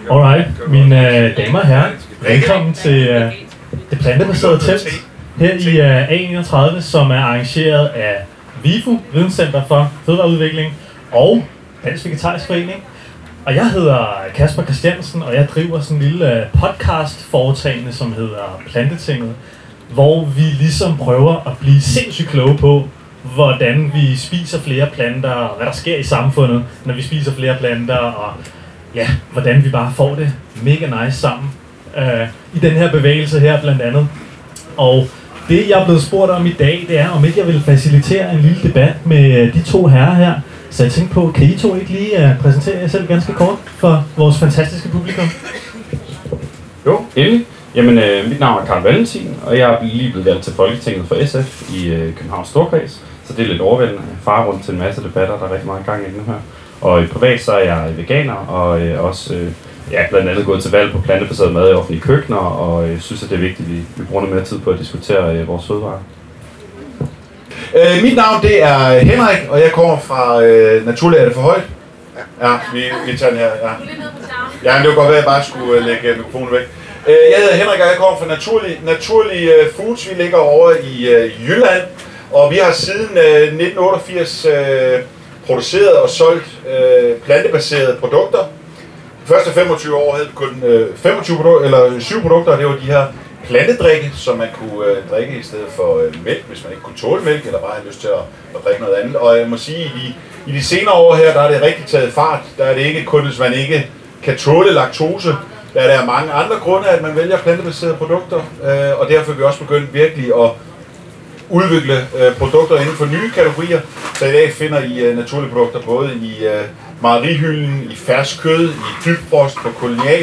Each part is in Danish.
Alright, mine damer og herrer, velkommen til det plantebaserede telt her i A31, som er arrangeret af VIFU, Videnscenter for Fødevareudvikling, og Dansk Vegetarisk Forening. Og jeg hedder Kasper Christiansen, og jeg driver sådan en lille podcast-foretagende, som hedder Plantetinget, hvor vi ligesom prøver at blive sindssygt kloge på, hvordan vi spiser flere planter, og hvad der sker i samfundet, når vi spiser flere planter, og ja, hvordan vi bare får det mega nice sammen i den her bevægelse her blandt andet. Og det jeg er blevet spurgt om i dag, det er om ikke jeg vil facilitere en lille debat med de to herrer her. Så jeg tænkte på, kan I to ikke lige præsentere jer selv ganske kort for vores fantastiske publikum? Jo, endelig. Jamen, mit navn er Carl Valentin, og jeg er lige blevet valgt til Folketinget for SF i Københavns Storkreds. Så det er lidt overvældende. Jeg farer rundt til en masse debatter, der er rigtig meget gang i den her. Og privat så er jeg veganer, og også blandt andet gået til valg på plantebaseret mad i offentlige køkkener, og synes, at det er vigtigt, at vi bruger noget mere tid på at diskutere vores fødevarer. Mit navn det er Henrik, og jeg kommer fra Naturligt er det for højt. Ja, vi tager den her. Ja, men det var godt være, at jeg bare skulle lægge mikrofonen væk. Jeg hedder Henrik, og jeg kommer fra Naturlig Foods. Vi ligger over i Jylland, og vi har siden 1988 produceret og solgt plantebaserede produkter. De første 25 år havde vi kun 7 produkter, og det var de her plantedrikke, som man kunne drikke i stedet for mælk, hvis man ikke kunne tåle mælk, eller bare havde lyst til at drikke noget andet. Og jeg må sige, i de senere år her, der er det rigtig taget fart. Der er det ikke kun, hvis man ikke kan tåle laktose. Der er mange andre grunde, at man vælger plantebaserede produkter, og derfor er vi også begyndt virkelig at udvikle produkter inden for nye kategorier. Så i dag finder I naturlige produkter både i mejerihylden, i fersk kød, i dybfrost på kolonial.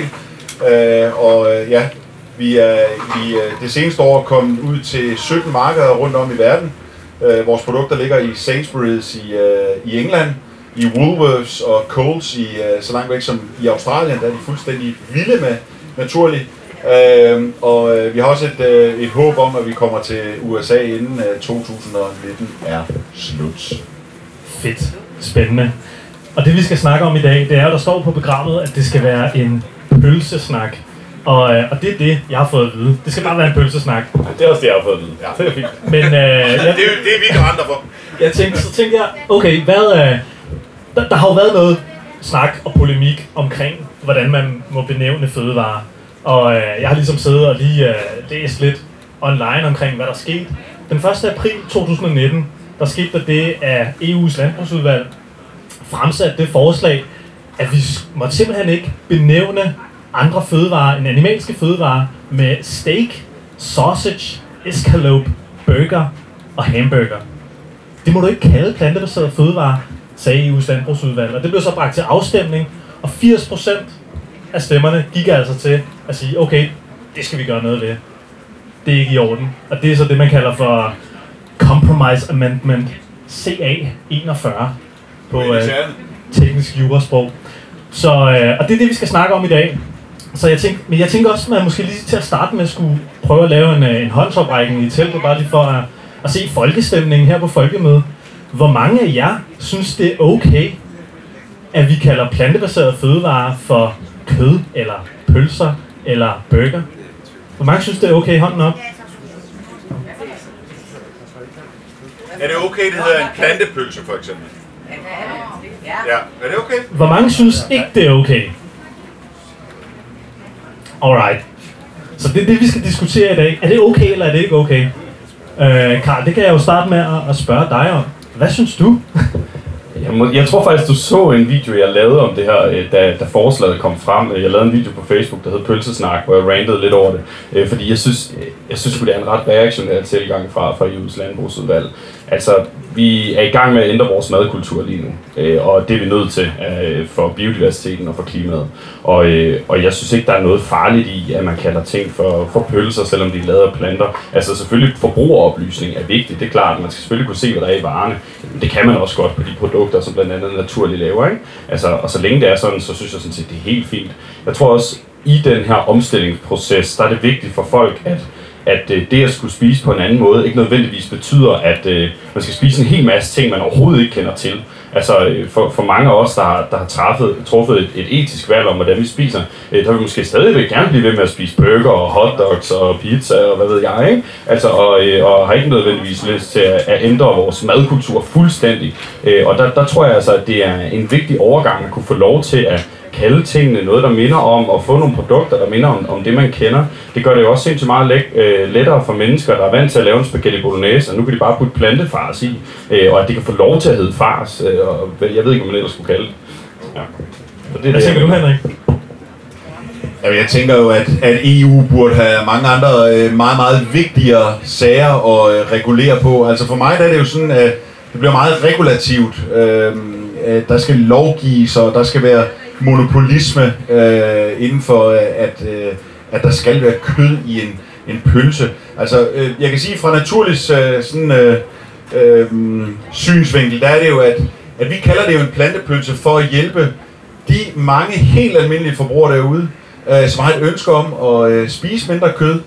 Vi er i det seneste år kommet ud til 17 markeder rundt om i verden. Vores produkter ligger i Sainsbury's i England, i Woolworths og Coles så langt væk som i Australien, der er de fuldstændig vilde med naturligt. Vi har også et håb om, at vi kommer til USA inden 2019 er slut. Fedt. Spændende. Og det vi skal snakke om i dag, det er, at der står på programmet, at det skal være en pølsesnak. Og det er det, jeg har fået at vide. Det skal bare være en pølsesnak. Det er også det, jeg har fået at vide. Ja. Det er fint. Men, det er vi andre for. Så tænkte jeg, okay, der har jo været noget snak og polemik omkring, hvordan man må benævne fødevarer. Og jeg har ligesom siddet og lige læst lidt online omkring, hvad der skete. Den 1. april 2019, der skete der det, at EU's landbrugsudvalg fremsatte det forslag, at vi måtte simpelthen ikke benævne andre fødevarer end animalske fødevarer med steak, sausage, escalope, burger og hamburger. Det må du ikke kalde plantebaserede fødevarer, sagde EU's landbrugsudvalg. Og det blev så bragt til afstemning, og 80% af stemmerne gik altså til at sige, okay, det skal vi gøre noget ved. Det er ikke i orden. Og det er så det, man kalder for Compromise Amendment CA41 på teknisk jurasprog. Så, og det er det, vi skal snakke om i dag. Så jeg tænker også, at man måske lige til at starte med at skulle prøve at lave en håndsoprækning i teltet, bare lige for at se folkestemningen her på folkemødet. Hvor mange af jer synes, det er okay, at vi kalder plantebaserede fødevarer for kød, eller pølser, eller burger? Hvor mange synes, det er okay? Hånden op. Er det okay, det hedder en plantepølse, for eksempel? Ja, er det okay? Hvor mange synes ikke, det er okay? Alright. Så det er det, vi skal diskutere i dag. Er det okay, eller er det ikke okay? Carl, det kan jeg jo starte med at spørge dig om. Hvad synes du? Jeg tror faktisk, du så en video, jeg lavede om det her, da forslaget kom frem. Jeg lavede en video på Facebook, der hed Pølsesnak, hvor jeg rantede lidt over det. Fordi jeg synes det er en ret reaktionær tilgang fra EU's landbrugsudvalg. Altså, vi er i gang med at ændre vores madkultur lige nu, og det er vi nødt til for biodiversiteten og for klimaet. Og jeg synes ikke, der er noget farligt i, at man kalder ting for pølser, selvom de er lavet af planter. Altså selvfølgelig forbrugeroplysning er vigtigt, det er klart, man skal selvfølgelig kunne se, hvad der er i varerne. Men det kan man også godt på de produkter, som blandt andet naturligt laver, ikke? Altså, og så længe det er sådan, så synes jeg sådan set, det er helt fint. Jeg tror også, i den her omstillingsproces, der er det vigtigt for folk, at det at skulle spise på en anden måde ikke nødvendigvis betyder, at man skal spise en hel masse ting, man overhovedet ikke kender til. Altså for mange af os, der har truffet et etisk valg om, hvordan vi spiser, der vil måske stadigvæk gerne blive ved med at spise burger og hotdogs og pizza og hvad ved jeg, ikke? Altså, og har ikke nødvendigvis lyst til at ændre vores madkultur fuldstændig. Og der tror jeg altså, at det er en vigtig overgang at kunne få lov til at kalde tingene noget, der minder om, og få nogle produkter, der minder om det, man kender. Det gør det jo også sindssygt meget lettere for mennesker, der er vant til at lave en spaghetti bolognese, og nu kan de bare putte plantefars i, og at de kan få lov til at hedde fars, og jeg ved ikke, hvad man ellers skulle kalde det. Ja. Så det hvad tænker du, Henrik? Jeg tænker jo, at EU burde have mange andre meget, meget vigtigere sager at regulere på. Altså for mig der er det jo sådan, at det bliver meget regulativt. Der skal lovgives, og der skal være monopolisme inden for, at der skal være kød i en pølse. Altså, jeg kan sige fra naturlig synsvinkel, der er det jo, at vi kalder det jo en plantepølse for at hjælpe de mange helt almindelige forbrugere derude, som har et ønske om at spise mindre kød,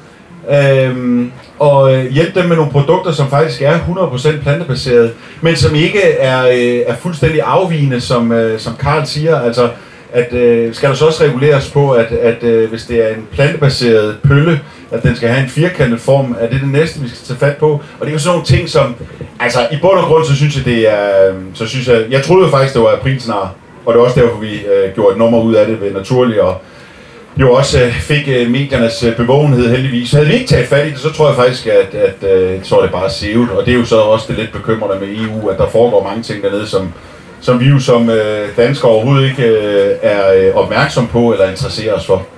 og hjælpe dem med nogle produkter, som faktisk er 100% plantebaseret, men som ikke er fuldstændig afvigende, som Karl siger. Altså, at skal der så også reguleres på, at hvis det er en plantebaseret pølle, at den skal have en firkantet form, er det næste, vi skal tage fat på. Og det er jo sådan nogle ting, som, altså i bund og grund, så synes jeg, jeg troede jo faktisk, det var aprilsnar, og det er også derfor, vi gjorde et nummer ud af det ved Naturlig, og jo også fik mediernes bevågenhed heldigvis. Havde vi ikke taget fat i det, så tror jeg faktisk, at så er det bare sævet, og det er jo så også det lidt bekymrende med EU, at der foregår mange ting dernede, som vi jo som danskere overhovedet ikke er opmærksom på eller interesserer os for.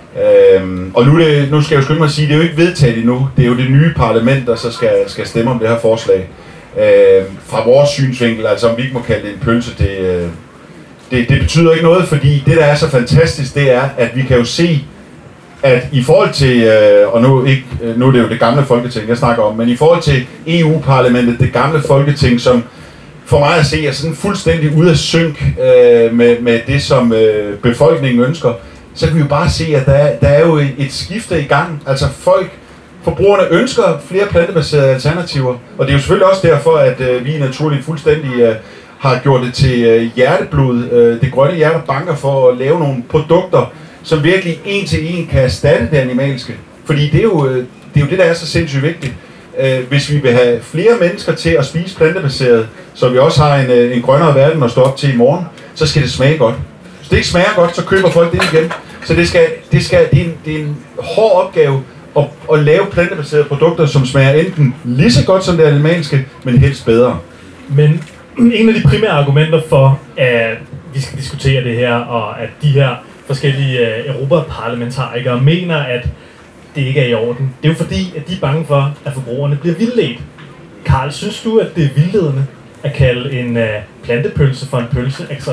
Og nu skal jeg jo skynde mig at sige, det er jo ikke vedtaget endnu. Det er jo det nye parlament, der så skal stemme om det her forslag. Fra vores synsvinkel, altså om vi ikke må kalde det en pølse, det betyder ikke noget, fordi det der er så fantastisk, det er, at vi kan jo se, at i forhold til, og nu er det jo det gamle folketing, jeg snakker om, men i forhold til EU-parlamentet, det gamle folketing, som for mig at se er sådan fuldstændig ude af synk med det, som befolkningen ønsker, så kan vi jo bare se, at der er jo et skifte i gang. Altså forbrugerne ønsker flere plantebaserede alternativer, og det er jo selvfølgelig også derfor, at vi naturligt fuldstændig har gjort det til hjerteblod. Det grønne hjerte banker for at lave nogle produkter, som virkelig en til en kan erstatte det animalske. Fordi det er jo det, der er så sindssygt vigtigt. Hvis vi vil have flere mennesker til at spise plantebaseret, så vi også har en grønnere verden at stå op til i morgen, så skal det smage godt. Hvis det ikke smager godt, så køber folk det igen. Så det er en hård opgave at lave plantebaserede produkter, som smager enten lige så godt som det animalske, men helst bedre. Men en af de primære argumenter for, at vi skal diskutere det her, og at de her forskellige europaparlamentarikere mener, at det ikke er i orden, det er jo fordi, at de er bange for, at forbrugerne bliver vildledt. Karl, synes du, at det er vildledende at kalde en plantepølse for en pølse? Altså,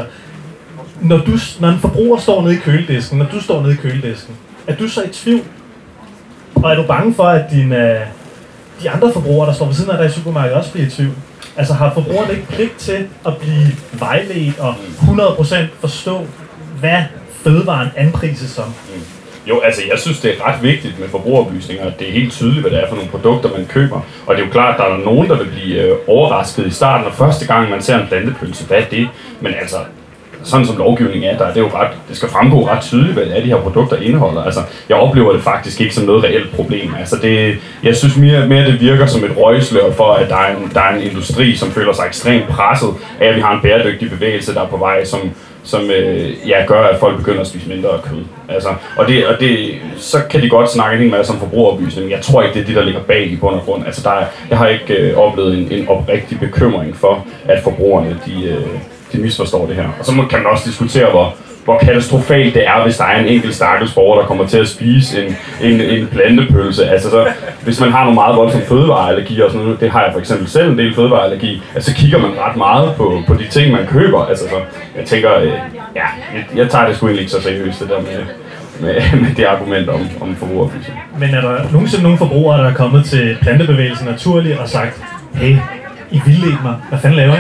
når en forbruger står nede i køledisken, når du står nede i køledisken, er du så i tvivl? Og er du bange for, at de andre forbrugere, der står ved siden af dig i supermarkedet, også bliver i tvivl? Altså har forbrugerne ikke pligt til at blive vejledt og 100% forstå, hvad fødevaren anprises som? Jo, altså jeg synes, det er ret vigtigt med forbrugeroplysninger, at det er helt tydeligt, hvad det er for nogle produkter, man køber. Og det er jo klart, at der er nogen, der vil blive overrasket i starten, og første gang man ser en plantepølse, hvad er det? Men altså, sådan som lovgivningen er, det skal fremgå ret tydeligt, hvad de her produkter indeholder. Altså, jeg oplever det faktisk ikke som noget reelt problem. Altså, jeg synes mere det virker som et røgslør for, at der er en industri, som føler sig ekstremt presset af, at vi har en bæredygtig bevægelse, der er på vej, som gør, at folk begynder at spise mindre kød. Altså, og så kan de godt snakke en hel masse om forbrugeroplysning, men jeg tror ikke, det er det, der ligger bag i bund og grund. Altså, jeg har ikke oplevet en oprigtig bekymring for, at forbrugerne de misforstår det her. Og så kan man også diskutere, hvor katastrofalt det er, hvis der er en enkelt stakkels borger, der kommer til at spise en plantepølse. Altså så, hvis man har nogle meget voldsomme fødevareallergier og sådan noget, det har jeg for eksempel selv en del fødevareallergi, altså så kigger man ret meget på de ting, man køber. Altså så, jeg tænker, jeg tager det sgu egentlig ikke så seriøst, det der med det argument om forbrugeroplysning. Men er der nogensinde nogle forbrugere, der er kommet til plantebevægelsen naturligt og sagt, hey, I vildledte mig, hvad fanden laver I?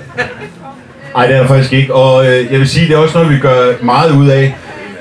Nej, det er der faktisk ikke, og jeg vil sige, det er også noget, vi gør meget ud af.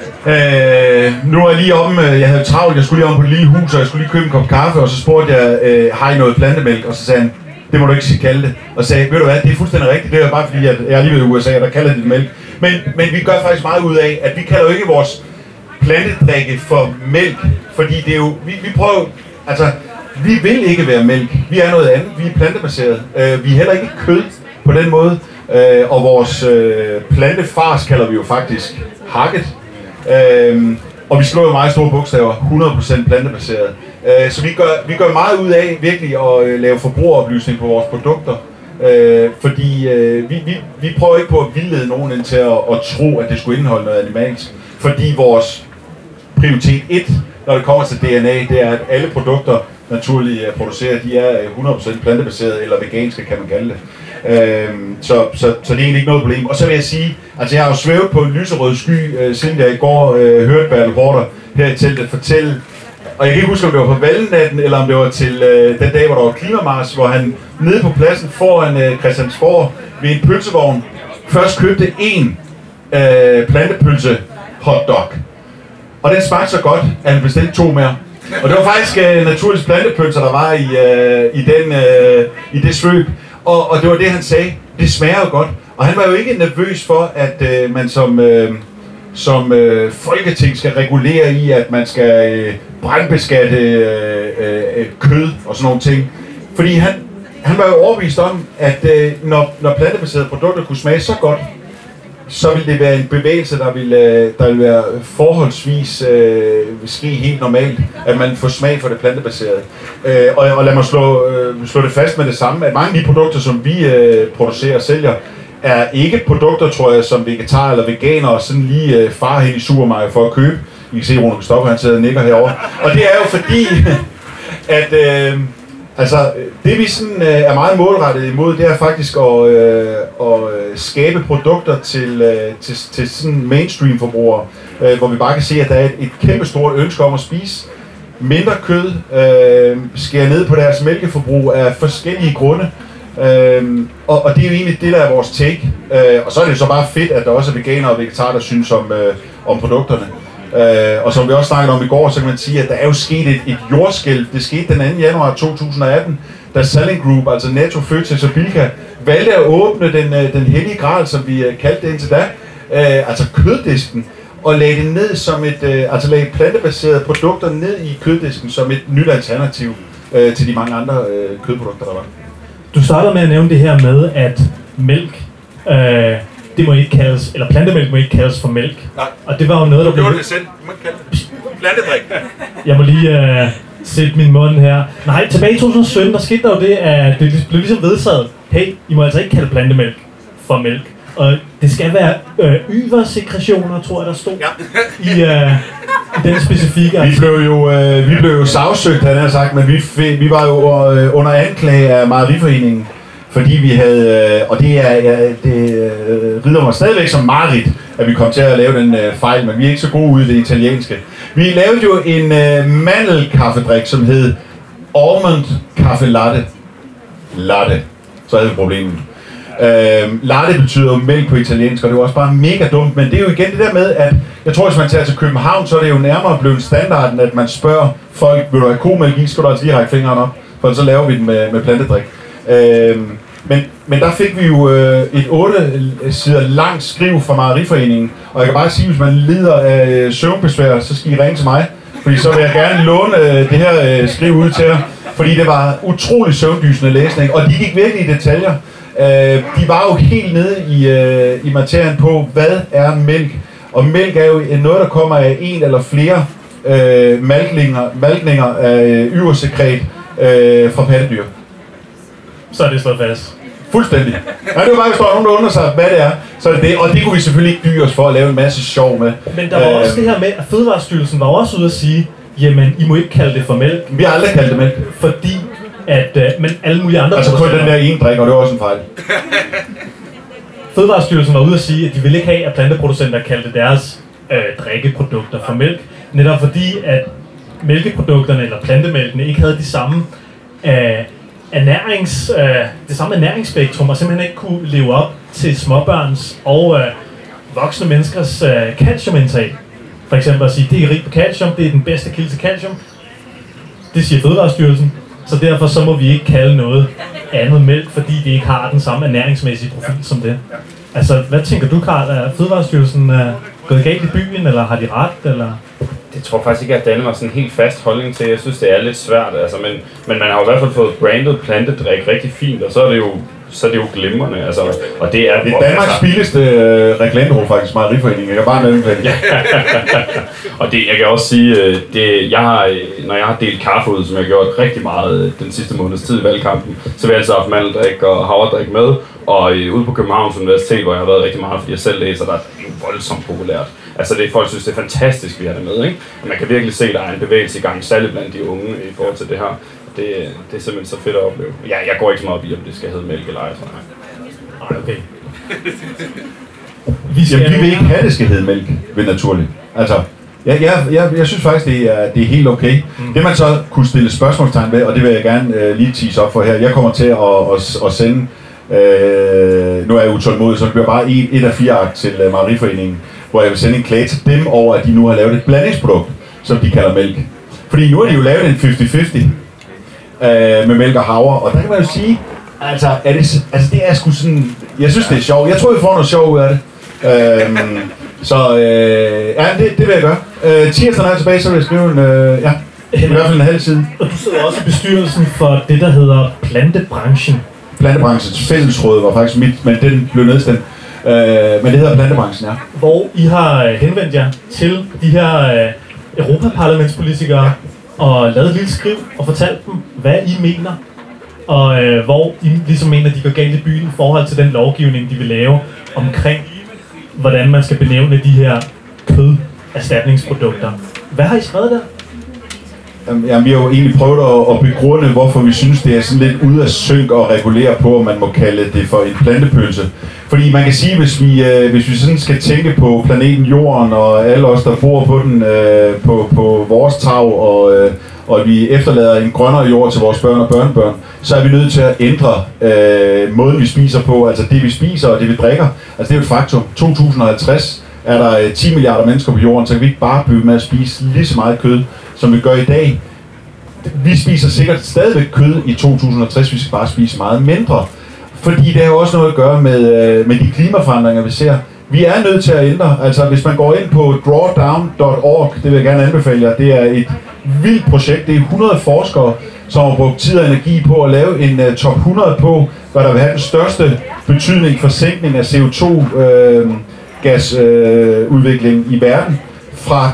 Nu er jeg lige jeg havde travlt, jeg skulle lige om på det lille hus, og jeg skulle lige købe en kop kaffe, og så spurgte jeg, har I noget plantemælk? Og så sagde han, det må du ikke kalde det. Og sagde, ved du hvad, det er fuldstændig rigtigt, det er bare fordi, at jeg er lige ved USA, og der kalder det mælk. Men vi gør faktisk meget ud af, at vi kalder jo ikke vores plantedrikke for mælk, fordi det er jo, vi prøver, altså, vi vil ikke være mælk, vi er noget andet, vi er plantebaseret. Vi er heller ikke kød på den måde, og vores plantefars kalder vi jo faktisk hakket. Og vi skriver jo meget store bogstaver, 100% plantebaseret. Så vi gør meget ud af virkelig at lave forbrugeroplysning på vores produkter. Fordi vi prøver ikke på at vildlede nogen ind til at tro, at det skulle indeholde noget animalsk. Fordi vores prioritet 1, når det kommer til DNA, det er, at alle produkter naturligt produceret, de er 100% plantebaserede eller veganske, kan man kalde det. Så det er egentlig ikke noget problem. Og så vil jeg sige, altså jeg har jo svævet på en lyserød sky, siden jeg i går hørte Bertel Haarder her i teltet fortælle, og jeg kan ikke huske, om det var på valgnatten, eller om det var til den dag, hvor der var klimamars, hvor han nede på pladsen foran Christiansborg ved en pølsevogn først købte en plantepølse hotdog. Og den smagte så godt, at han bestilte 2 mere. Og det var faktisk naturligvis plantepølser, der var i det svøb. Og det var det, han sagde. Det smager jo godt. Og han var jo ikke nervøs for, at man som folketing skal regulere i, at man skal brandbeskatte kød og sådan nogle ting. Fordi han var jo overbevist om, at når plantebaserede produkter kunne smage så godt, så ville det være en bevægelse, der ville være forholdsvis ske helt normalt, at man får smag for det plantebaserede. Og lad mig slå det fast med det samme, at mange af de produkter, som vi producerer og sælger, er ikke produkter, tror jeg, som vegetar eller veganer sådan lige far hen i supermarkedet for at købe. I kan se, Rune Kristoffer, han sidder og nikker herovre. Og det er jo fordi, at det vi sådan er meget målrettet imod, det er faktisk at skabe produkter til sådan mainstream forbrugere, hvor vi bare kan se, at der er et kæmpe stort ønske om at spise mindre kød, skære ned på deres mælkeforbrug af forskellige grunde. Og det er jo egentlig det, der er vores take. Og så er det jo så bare fedt, at der også er veganer og vegetarer, der synes om produkterne. Og som vi også snakkede om i går, så kan man sige, at der er jo sket et jordskælv. Det skete den 2. januar 2018, da Salling Group, altså Netto, Føtex og Bilka, valgte at åbne den hellige gral, som vi kaldte det indtil da, altså køddisken, og lagde det ned som altså lagde plantebaserede produkter ned i køddisken som et nyt alternativ til de mange andre kødprodukter, der var. Du starter med at nævne det her med, at mælk, det må ikke kaldes, eller plantemælk må ikke kaldes for mælk. Nej. Og det var jo noget, der blev... det selv. Du må ikke kalde det plantedrik. Jeg må lige sætte min mund her. Nej, tilbage i 2017, der skete der jo det, at det blev ligesom vedtaget. Hey, I må altså ikke kalde plantemælk for mælk. Og det skal være yversekretioner, tror jeg, der stod i den specifikke. Vi blev jo sagsøgt, han har sagt, men vi var jo under anklage af Mejeriforeningen, fordi vi havde, og det rider mig stadigvæk som mareridt, at vi kom til at lave den fejl, men vi er ikke så gode ude i det italienske. Vi lavede jo en mandelkaffedrik, som hed Almond Caffè Latte. Latte. Så havde vi problemet. Latte betyder jo mælk på italiensk, og det var også bare mega dumt, men det er jo igen det der med, at jeg tror, hvis man tager til København, så er det jo nærmere blevet standarden, at man spørger folk, vil du have komælk i, skal du altså lige række fingeren op, for så laver vi den med plantedrik. Men der fik vi jo et 8 sider langt skriv fra Mejeriforeningen, og jeg kan bare sige, hvis man lider af søvnbesvær, så skal I ringe til mig, fordi så vil jeg gerne låne det her skriv ud til jer, fordi det var utrolig søvndysende læsning, og de gik virkelig i detaljer. De var jo helt nede i materien på, hvad er mælk, og mælk er jo noget, der kommer af en eller flere malkninger af yversekret fra pattedyr. Så er det slået fast. Fuldstændig. Nej, det var bare, hvis der var nogen, der undrer sig, hvad det er, så er det det, og det kunne vi selvfølgelig ikke dyre os for at lave en masse sjov med. Men der var også det her med, at Fødevarestyrelsen var også ude at sige, jamen, I må ikke kalde det for mælk. Vi har aldrig kaldt det mælk. Fordi at, men alle mulige andre... Altså kun den der ene drik, og det var også en fejl. Fødevarestyrelsen var ude at sige, at de ville ikke have, at planteproducenter kaldte deres drikkeprodukter for mælk. Netop fordi, at mælkeprodukterne eller plantemælkene ikke havde de samme det samme ernæringsspektrum, og simpelthen ikke kunne leve op til småbørns og voksne menneskers calciumindtag. For eksempel at sige, det er rigt på calcium, det er den bedste kilde til calcium. Det siger Fødevarestyrelsen. Så derfor så må vi ikke kalde noget andet mælk, fordi det ikke har den samme ernæringsmæssige profil som det. Altså, hvad tænker du, Karl? Er Fødevarestyrelsen gået galt i byen, eller har de ret, eller? Det tror jeg faktisk ikke, at danne mig sådan en helt fast holdning til. Jeg synes, det er lidt svært, altså, men man har jo i hvert fald fået brandet plantedrik rigtig fint, og så er det jo glimrende, altså, og det er Danmarks billigste reklamebureau faktisk, Mejeriforeningen. Jeg kan bare nævne det. Og det, jeg kan også sige, når jeg har delt kaffe ud, som jeg har gjort rigtig meget den sidste måneds tid i valgkampen, så vil jeg altid have mandeldrik og havredrik med, og ude på Københavns Universitet, hvor jeg har været rigtig meget, fordi jeg selv læser, der er det jo voldsomt populært. Altså folk synes, det er fantastisk, vi har det med, ikke? Og man kan virkelig se, at der er en bevægelse i gang, særligt blandt de unge i forhold til det her. Det er simpelthen så fedt at opleve. Jeg går ikke så meget op i, om det skal hedde mælk eller ej, tror jeg. Nej, okay. Vi vil ikke have, at det skal hedde mælk ved naturligt. Altså, jeg synes faktisk, det er helt okay. Det man så kunne stille spørgsmålstegn ved, og det vil jeg gerne lige tease op for her. Jeg kommer til at sende, nu er jeg utålmodig, så det bliver bare et af 4 ark til Mejeriforeningen, hvor jeg vil sende en klage til dem over, at de nu har lavet et blandingsprodukt, som de kalder mælk. Fordi nu har de jo lavet en 50-50 med mælk og havre, og der kan man jo sige, altså det er sgu sådan, jeg synes det er sjovt. Jeg tror, vi får noget sjov ud af det. Det vil jeg gøre. Tirsdag er tilbage, så vil jeg skrive i hvert fdet en halv side. Og du sidder også i bestyrelsen for det, der hedder Plantebranchen. Plantebranchens fællesråd var faktisk mit, men den blev nedstemt. Men det hedder Plantebranchen, ja. Hvor I har henvendt jer til de her europaparlamentspolitikere og lavet et lille skriv og fortalt dem, hvad I mener. Og hvor I ligesom mener, at de går galt i byen i forhold til den lovgivning, de vil lave omkring, hvordan man skal benævne de her køderstatningsprodukter. Hvad har I skrevet der? Jamen, vi har jo egentlig prøvet at begrunde, hvorfor vi synes, det er sådan lidt ude af synk og regulere på, om man må kalde det for en plantepølse. Fordi man kan sige, hvis vi sådan skal tænke på planeten Jorden og alle os, der bor på den, på vores tag, og vi efterlader en grønnere jord til vores børn og børnebørn, så er vi nødt til at ændre måden, vi spiser på. Altså det, vi spiser og det, vi drikker. Altså det er jo et faktum. 2050 er der 10 milliarder mennesker på jorden, så kan vi ikke bare blive med at spise lige så meget kød, som vi gør i dag. Vi spiser sikkert stadigvæk kød i 2060, vi skal bare spise meget mindre. Fordi det har jo også noget at gøre med de klimaforandringer, vi ser. Vi er nødt til at ændre. Altså hvis man går ind på drawdown.org, det vil jeg gerne anbefale jer, det er et vildt projekt. Det er 100 forskere, som har brugt tid og energi på at lave en top 100 på, hvad der vil have den største betydning for sænkning af CO2-gasudvikling i verden fra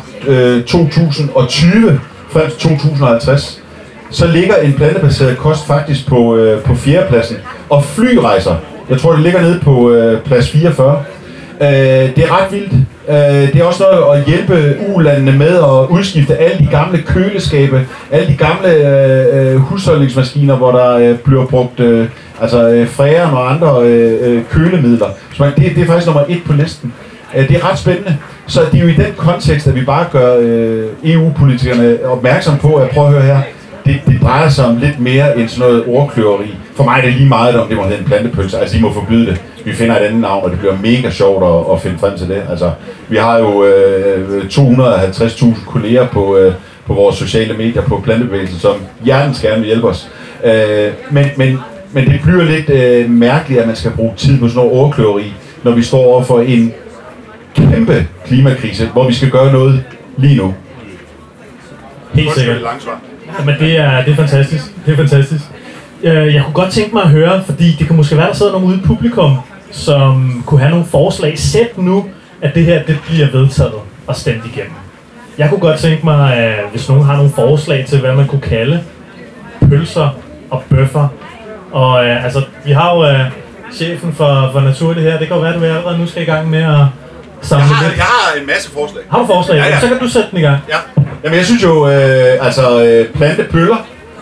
2020 frem til 2050. Så ligger en plantebaseret kost faktisk på 4. pladsen. Og flyrejser, jeg tror det ligger nede på plads 44. Det er ret vildt. Det er også noget at hjælpe ulandene med at udskifte alle de gamle køleskabe, alle de gamle husholdningsmaskiner, hvor der bliver brugt Freon og andre kølemidler. Så det er faktisk nummer 1 på listen. Det er ret spændende. Så det er jo i den kontekst, at vi bare gør EU-politikerne opmærksom på, at prøv at høre her, det drejer sig om lidt mere end sådan noget ordkløveri. For mig er det lige meget, om det må hedde en plantepølse. Altså, I må forbyde det. Vi finder et andet navn, og det bliver mega sjovt at finde frem til det. Altså, vi har jo 250.000 kolleger på vores sociale medier på plantebevægelsen, som hjertens gerne vil hjælpe os. Men det bliver lidt mærkeligt, at man skal bruge tid på sådan noget ordkløveri, når vi står over for en kæmpe klimakrise, hvor vi skal gøre noget lige nu. Helt sikkert. Men det er fantastisk. Det er fantastisk. Jeg kunne godt tænke mig at høre, fordi det kan måske være, der sidder nogen ude i publikum, som kunne have nogle forslag. Sæt nu, at det her det bliver vedtaget og stemt igennem. Jeg kunne godt tænke mig, hvis nogen har nogle forslag til, hvad man kunne kalde pølser og bøffer. Og vi har jo chefen for Naturligt her. Det kan jo være, at du allerede nu skal i gang med at samle lidt. Jeg har en masse forslag. Har du forslag? Ja. Så kan du sætte den i gang. Ja. Jamen jeg synes jo, plantepøller,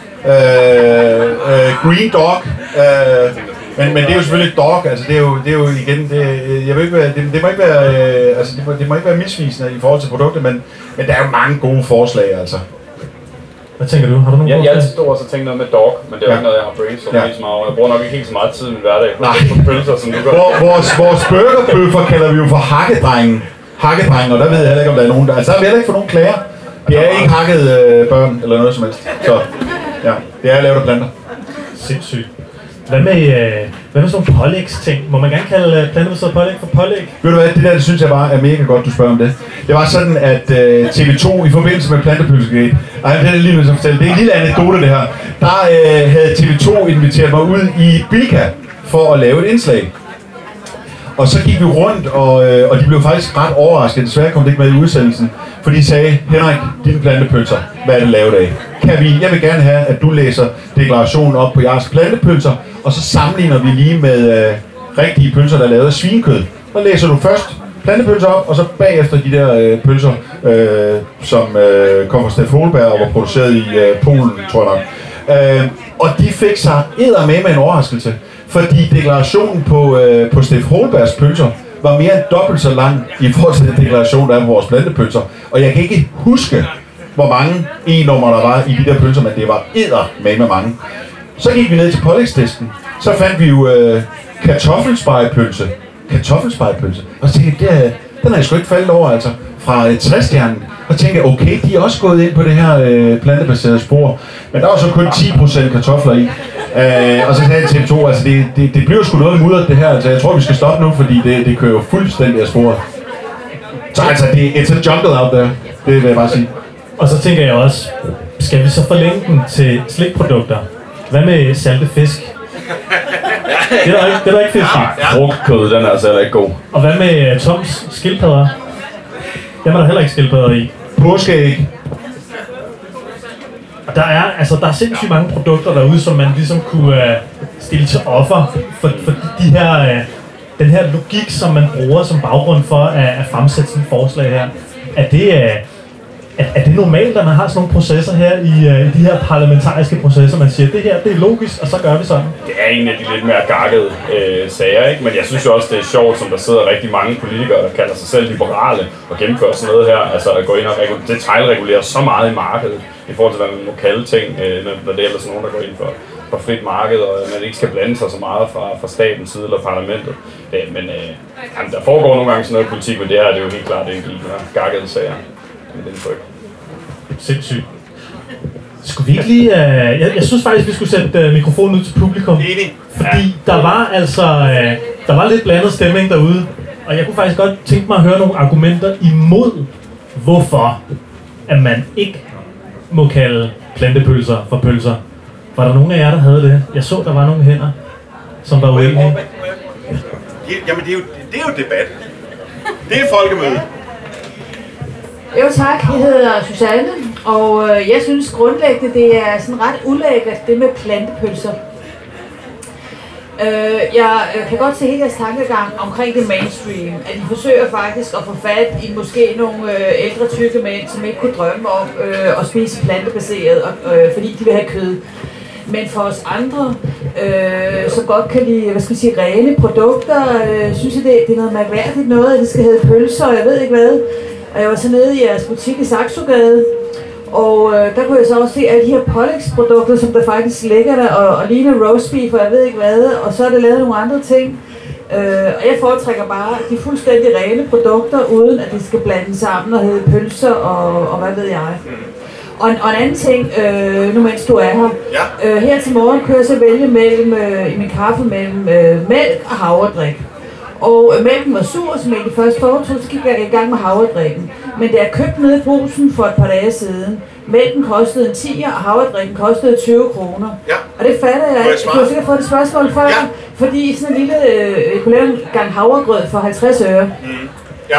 green dog, men det er jo selvfølgelig et dog, altså det er jo igen, det må ikke være misvisende i forhold til produktet, men der er jo mange gode forslag, altså. Hvad tænker du? Har du nogle forslag? Jeg har altid stået og tænkt noget med dog, men det er jo ikke noget, jeg har brainstormet helt så meget over. Jeg bruger nok ikke helt så meget tid i min hverdag på pølser, som du gør. Vores burgerbøffer kalder vi jo for hakkedrengen, og der ved jeg heller ikke, om der er nogen der. Altså der vil jeg heller ikke få nogen klager. Det er ikke hakket børn eller noget som helst. Så Ja, det er lavet af planter. Sindssygt. Hvad med sådan nogle pålægsting? Må man gerne kalde plantebaseret pålæg for pålæg? Ved du hvad, det der synes jeg bare er mega godt, du spørger om det. Det var sådan, at TV2 i forbindelse med plantepølsegate, og det er lige nødt til at fortælle, det er en lille anekdote det her, der havde TV2 inviteret mig ud i Bilka for at lave et indslag. Og så gik vi rundt, og de blev faktisk ret overrasket. Desværre kom det ikke med i udsendelsen, for de sagde, Henrik, dine plantepølser, hvad er det lavet af? Jeg vil gerne have, at du læser deklarationen op på jeres plantepølser, og så sammenligner vi lige med rigtige pølser, der er lavet af svinekød. Så læser du først plantepølser op, og så bagefter de der pølser, som kom fra Steff Holberg og var produceret i Polen, tror jeg nok. Og de fik sig eddermame en overraskelse. Fordi deklarationen på Steff Holbergs pølser var mere end dobbelt så lang i forhold til den deklaration, der er på vores plantepølser. Og jeg kan ikke huske, hvor mange e-numre der var i de der pølser, men det var eddermame mange. Så gik vi ned til pålægstesten. Så fandt vi jo kartoffelspegepølse. Og så tænkte jeg, den er jeg sgu ikke faldet over, altså. Fra 60-stjernen. Og tænkte jeg, okay, de er også gået ind på det her plantebaserede spor. Men der var så kun 10% kartofler i. Og så sagde jeg til TV2, altså det bliver sgu noget mudret det her. Altså jeg tror, vi skal stoppe nu, fordi det kører jo fuldstændig af sporet. Så altså, it's a jungle out there. Det vil jeg bare sige. Og så tænker jeg også, skal vi så forlænge den til slikprodukter? Hvad med salte fisk? Det er der ikke fisk i. Frugtkød, den er altså heller ikke god. Og hvad med Toms skildpadder? Dem er der heller ikke skildpadder i. Påskeæg. Og der er sindssygt mange produkter derude, som man ligesom kunne stille til offer for den her logik, som man bruger som baggrund for at fremsætte sådan et forslag her. Er det normalt, at man har sådan nogle processer her i de her parlamentariske processer, man siger, det her, det er logisk, og så gør vi sådan? Det er en af de lidt mere gakkede sager, ikke? Men jeg synes jo også, det er sjovt, som der sidder rigtig mange politikere, der kalder sig selv liberale og gennemfører sådan noget her. Altså at gå ind og detailregulere så meget i markedet, i forhold til, hvad man må kalde ting, når det er ellers nogen, der går ind for frit marked, og man ikke skal blande sig så meget fra statens side eller parlamentet. Men der foregår nogle gange sådan noget politik, men det her det er jo helt klart en af de gakkede sager. Sindssygt. Skulle vi ikke lige... Jeg synes faktisk, vi skulle sætte mikrofonen ud til publikum. Fordi der var lidt blandet stemning derude. Og jeg kunne faktisk godt tænke mig at høre nogle argumenter imod, hvorfor at man ikke må kalde plantepølser for pølser. Var der nogen af jer, der havde det? Jeg så, der var nogle hænder, som var uenige. Jamen, det er jo debat. Det er folkemøde. Jo tak, jeg hedder Susanne, og jeg synes grundlæggende, det er sådan ret ulækkert, det med plantepølser. Jeg kan godt se hele jeres tankegang omkring det mainstream, at de forsøger faktisk at få fat i måske nogle ældre tykke mænd, som ikke kunne drømme om at spise plantebaseret, fordi de vil have kød. Men for os andre, som godt kan lide, rene produkter, synes jeg, det er noget mærkværdigt noget, at det skal hedde pølser, og jeg ved ikke hvad. Og jeg var så nede i jeres butik i Saxogade, og der kunne jeg så også se alle de her pålægsprodukter, som der faktisk ligger der, og ligner roast beef, og jeg ved ikke hvad, og så er det lavet nogle andre ting. Og jeg foretrækker bare de fuldstændig rene produkter, uden at de skal blande sammen og hedde pølser, og hvad ved jeg. Og en anden ting, nu mens du er her. Ja. Her til morgen kører jeg så vælge i min kaffe mellem mælk og havredrik. Og mælken var sur, som jeg først foretog, så gik jeg i gang med havredrikken. Men da jeg købte nede i Brugsen for et par dage siden, mælken kostede en 10'er, og havredrikken kostede 20 kroner. Ja. Og det fatter jeg ikke. Du har sikkert fået et spørgsmål før, ja. Fordi sådan en lille, jeg kunne lave en gang havregrød for 50 øre. Mm. Ja.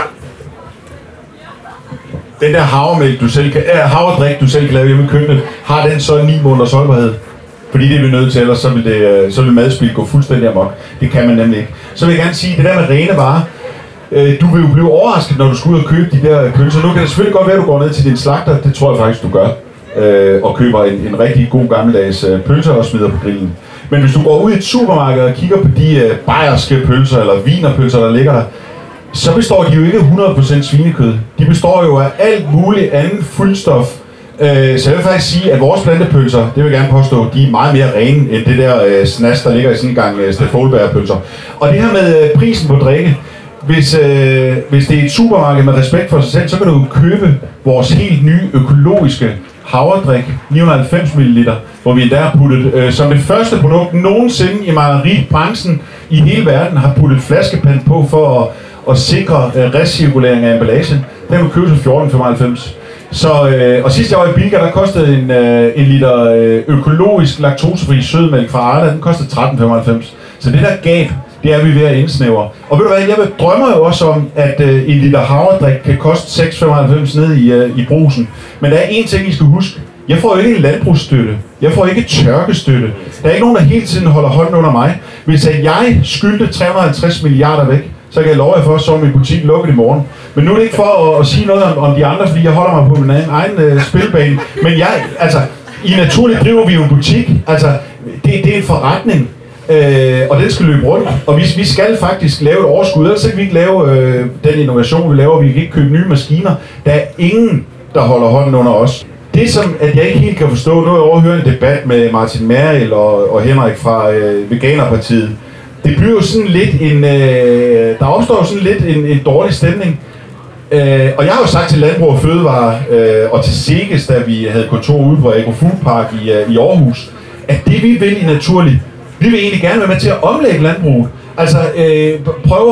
Den der havredrik, du selv kan lave hjemme i køkkenet, har den så 9 måneders holdbarhed? Fordi det er vi nødt til, ellers så vil madspil gå fuldstændig amok. Det kan man nemlig ikke. Så vil jeg gerne sige, det der med rene varer, du vil jo blive overrasket, når du skal ud og købe de der pølser. Nu kan det selvfølgelig godt være, at du går ned til din slagter, det tror jeg faktisk, du gør, og køber en rigtig god gammeldags pølser og smider på grillen. Men hvis du går ud i et supermarked og kigger på de bayerske pølser eller wienerpølser, der ligger der, så består de jo ikke 100% svinekød. De består jo af alt muligt andet fuldstof. Så jeg vil faktisk sige, at vores plantepølser, det vil jeg gerne påstå, de er meget mere rene end det der snas, der ligger i sådan en gang Steff Holberg-pølser. Og det her med prisen på drikke, hvis det er et supermarked med respekt for sig selv, så kan du købe vores helt nye økologiske havredrik, 990 ml, hvor vi der har puttet, som det første produkt nogensinde i mejeribranchen i hele verden, har puttet flaskepant på for at sikre recirkulering af emballagen. Den vil købe til 14,95. Så, og sidst jeg var i Bilka, der kostede en liter økologisk laktosefri sødmælk fra Arla, den kostede 13,95. Så det der gab, det er vi ved at indsnævre. Og ved du hvad, jeg drømmer jo også om, at en liter havredrik kan koste 6,95 ned i brusen. Men der er én ting, I skal huske. Jeg får jo ikke landbrugsstøtte. Jeg får ikke tørkestøtte. Der er ikke nogen, der hele tiden holder hånden under mig. Hvis jeg skyldte 350 milliarder væk, så kan jeg love jer for, så min butik lukket i morgen. Men nu er det ikke for at sige noget om de andre, fordi jeg holder mig på min egen spilbane. Men i Naturligt driver vi jo en butik. Altså, det er en forretning. Og den skal løbe rundt, og vi skal faktisk lave et overskud, ellers kan vi ikke lave den innovation, vi laver, vi kan ikke købe nye maskiner. Der er ingen, der holder hånden under os. Det som at jeg ikke helt kan forstå, nu har jeg overhørt en debat med Martin Merrild og Henrik fra Veganerpartiet. Det bliver jo sådan lidt der opstår sådan lidt en dårlig stemning. Og jeg har jo sagt til Landbrug og Fødevare og til Seges, da vi havde kontor ude på Agrofood Park i Aarhus, at det vi vil i Naturligt, vi vil egentlig gerne være med til at omlægge landbruget. Altså prøve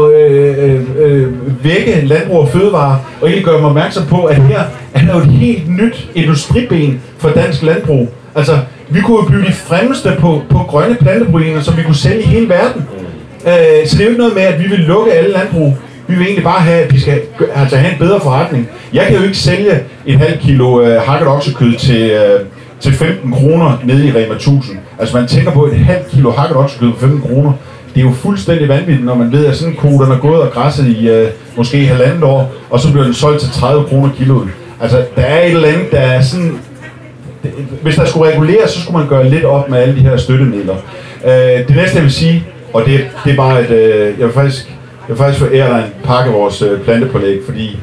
at vække Landbrug og Fødevare og egentlig gøre dem opmærksom på, at her er jo et helt nyt industriben for dansk landbrug. Altså, vi kunne jo blive de fremmeste på grønne planteproteiner, som vi kunne sælge i hele verden. Så det er jo ikke noget med, at vi vil lukke alle landbrug. Vi vil egentlig bare have, at vi skal have en bedre forretning. Jeg kan jo ikke sælge et halvt kilo hakket oksekød til 15 kroner nede i Rema 1000. Altså man tænker på et halvt kilo hakket oksekød for 15 kroner. Det er jo fuldstændig vanvittigt, når man ved, at sådan en ko, den er gået og græsset i måske 1,5 år, og så bliver den solgt til 30 kroner kiloet. Altså der er et eller andet, der er sådan... Hvis der skulle reguleres, så skulle man gøre lidt op med alle de her støttemidler. Det næste jeg vil sige, og det er bare at jeg vil faktisk forære dig en pakke af vores plantepålæg, fordi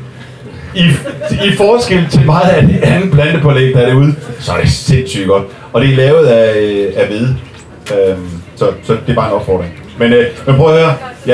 i forskel til meget af det andet plantepålæg, der er derude, så er det sindssygt godt. Og det er lavet af hvede. Så det er bare en opfordring. Men prøv at høre,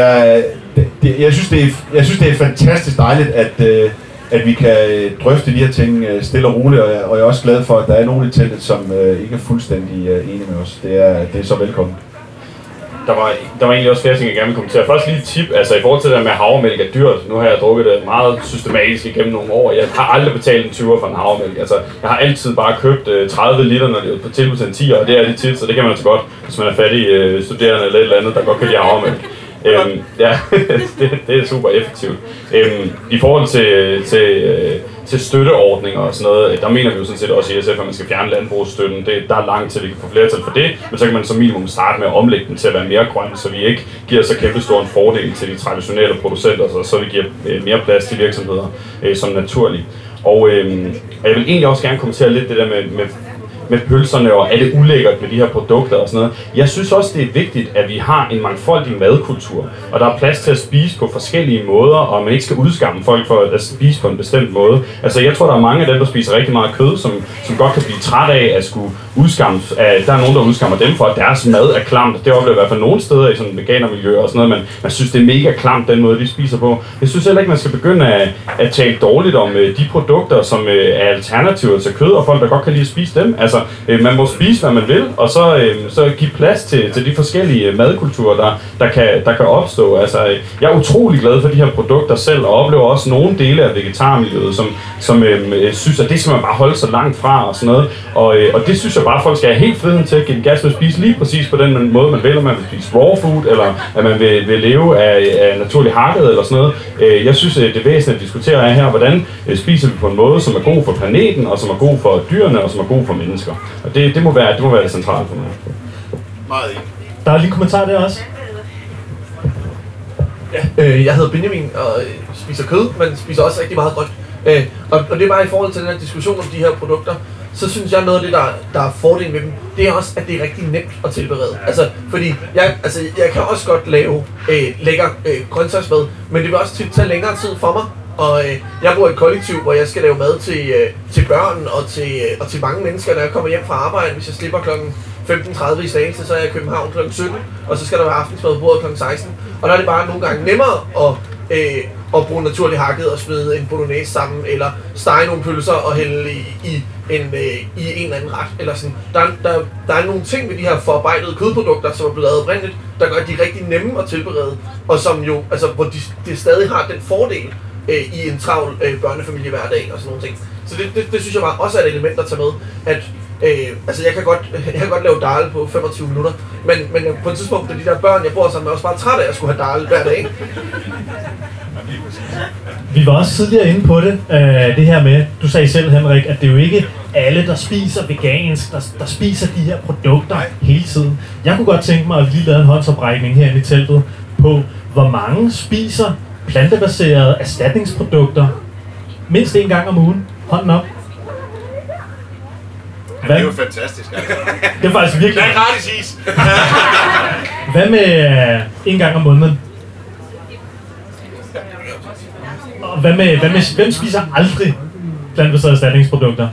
jeg synes det er fantastisk dejligt, at vi kan drøfte de her ting stille og roligt, og jeg er også glad for, at der er nogen i teltet, som ikke er fuldstændig enige med os. Det er så velkommen. Der var egentlig også flere ting, jeg gerne vil kommentere. Først lige et tip, altså i forhold til det der med havremælk er dyrt. Nu har jeg drukket det meget systematisk igennem nogle år. Jeg har aldrig betalt en 20'er for en havremælk. Altså, jeg har altid bare købt 30 liter, når det er på tilbud til en 10'er, og det er det tit, så det kan man altså godt, hvis man er fattig studerende eller et eller andet, der godt kan lide havremælk. Ja, det er super effektivt. I forhold til støtteordninger og sådan noget, der mener vi jo sådan set også i SF, at man skal fjerne landbrugsstøtten. Der er langt til, vi kan få flertal for det, men så kan man som minimum starte med at omlægge den til at være mere grøn, så vi ikke giver så kæmpe stor en fordel til de traditionelle producenter, så vi giver mere plads til virksomheder som naturligt. Og jeg vil egentlig også gerne kommentere lidt det der med pølserne, og er det ulækkert med de her produkter og sådan noget. Jeg synes også, det er vigtigt, at vi har en mangfoldig madkultur, og der er plads til at spise på forskellige måder, og man ikke skal udskamme folk for at spise på en bestemt måde. Altså, jeg tror, der er mange af dem, der spiser rigtig meget kød, som godt kan blive træt af at skulle udskamme. Der er nogen, der udskammer dem for, at deres mad er klamt. Det oplever i hvert fald nogle steder i sådan et veganermiljø og sådan noget, men man synes, det er mega klamt, den måde, de spiser på. Jeg synes heller ikke, man skal begynde at tale dårligt om de produkter, som er alternativer til kød, og folk, der godt kan lide at spise dem. Altså, man må spise, hvad man vil, og så give plads til de forskellige madkulturer, der kan opstå. Altså, jeg er utrolig glad for de her produkter selv, og oplever også nogle dele af vegetarmiljøet, som synes, at det skal man bare holde sig langt fra og sådan noget. Og det synes jeg bare, at folk skal have helt friheden til at give gas med at spise lige præcis på den måde, man vil, om man vil spise raw food, eller at man vil leve af naturlig hakket eller sådan noget. Jeg synes, det er væsentligt at diskutere her, hvordan spiser vi på en måde, som er god for planeten, og som er god for dyrene, og som er god for mennesker. Og det må være det centrale for mig. Meget enig. Der er lige en kommentar der også. Ja. Jeg hedder Benjamin og spiser kød, men spiser også rigtig meget grønt. Og det er bare i forhold til den her diskussion om de her produkter, så synes jeg noget af det, der er fordelen med dem, det er også, at det er rigtig nemt at tilberede. Altså, fordi jeg kan også godt lave lækker grøntsagsmad, men det vil også tage længere tid for mig. Og jeg bor i et kollektiv, hvor jeg skal lave mad til børn og til mange mennesker, når jeg kommer hjem fra arbejde. Hvis jeg slipper kl. 15.30 i Slagelse, så er jeg i København kl. 17, og så skal der være aftensmad på bordet kl. 16. Og der er det bare nogle gange nemmere at bruge naturligt hakket og smide en bolognese sammen, eller stege nogle pølser og hælde i en eller anden ret. Eller sådan. Der er nogle ting ved de her forarbejdede kødprodukter, som er blevet lavet oprindeligt, der gør, at de er rigtig nemme at tilberede, og som jo, altså, hvor de stadig har den fordel i en travl børnefamilie hver dag og sådan nogle ting. Så det synes jeg bare også er et element at tage med, at altså jeg kan godt lave dal på 25 minutter, men på et tidspunkt, da de der børn, jeg bor sammen med, også bare træt af at skulle have dal hver dag. Vi var også tidligere inde på det, det her med, du sagde selv, Henrik, at det er jo ikke alle, der spiser vegansk, der spiser de her produkter hele tiden. Jeg kunne godt tænke mig at lige lave en håndsoprækning herinde i teltet på, hvor mange spiser plantebaserede erstatningsprodukter mindst en gang om ugen. Hånden op. Ja, det er jo fantastisk, altså. Det er faktisk virkelig... Det er gratis is! Hvad med en gang om måneden? Og hvem spiser aldrig plantebaserede erstatningsprodukter?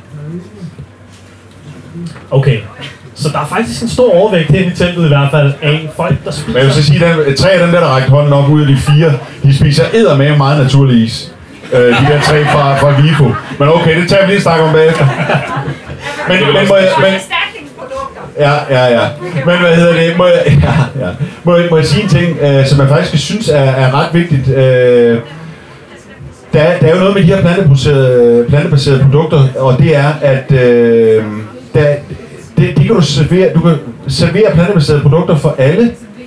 Okay, så der er faktisk en stor overvægt her i teltet i hvert fald af folk, der spiser... Men jeg vil så sige, at 3 af dem der rækker hånden op ud af de 4, de spiser eddermame meget naturlig is. De der 3 fra Vifo. Men okay, det tager vi lige snak om bagefter. Men Ja. Men hvad hedder det? Må jeg sige en ting, som jeg faktisk synes er ret vigtigt. Der er jo noget med de her plantebaserede produkter, og det er, at det kan du servere. Du kan servere plantebaserede produkter for alle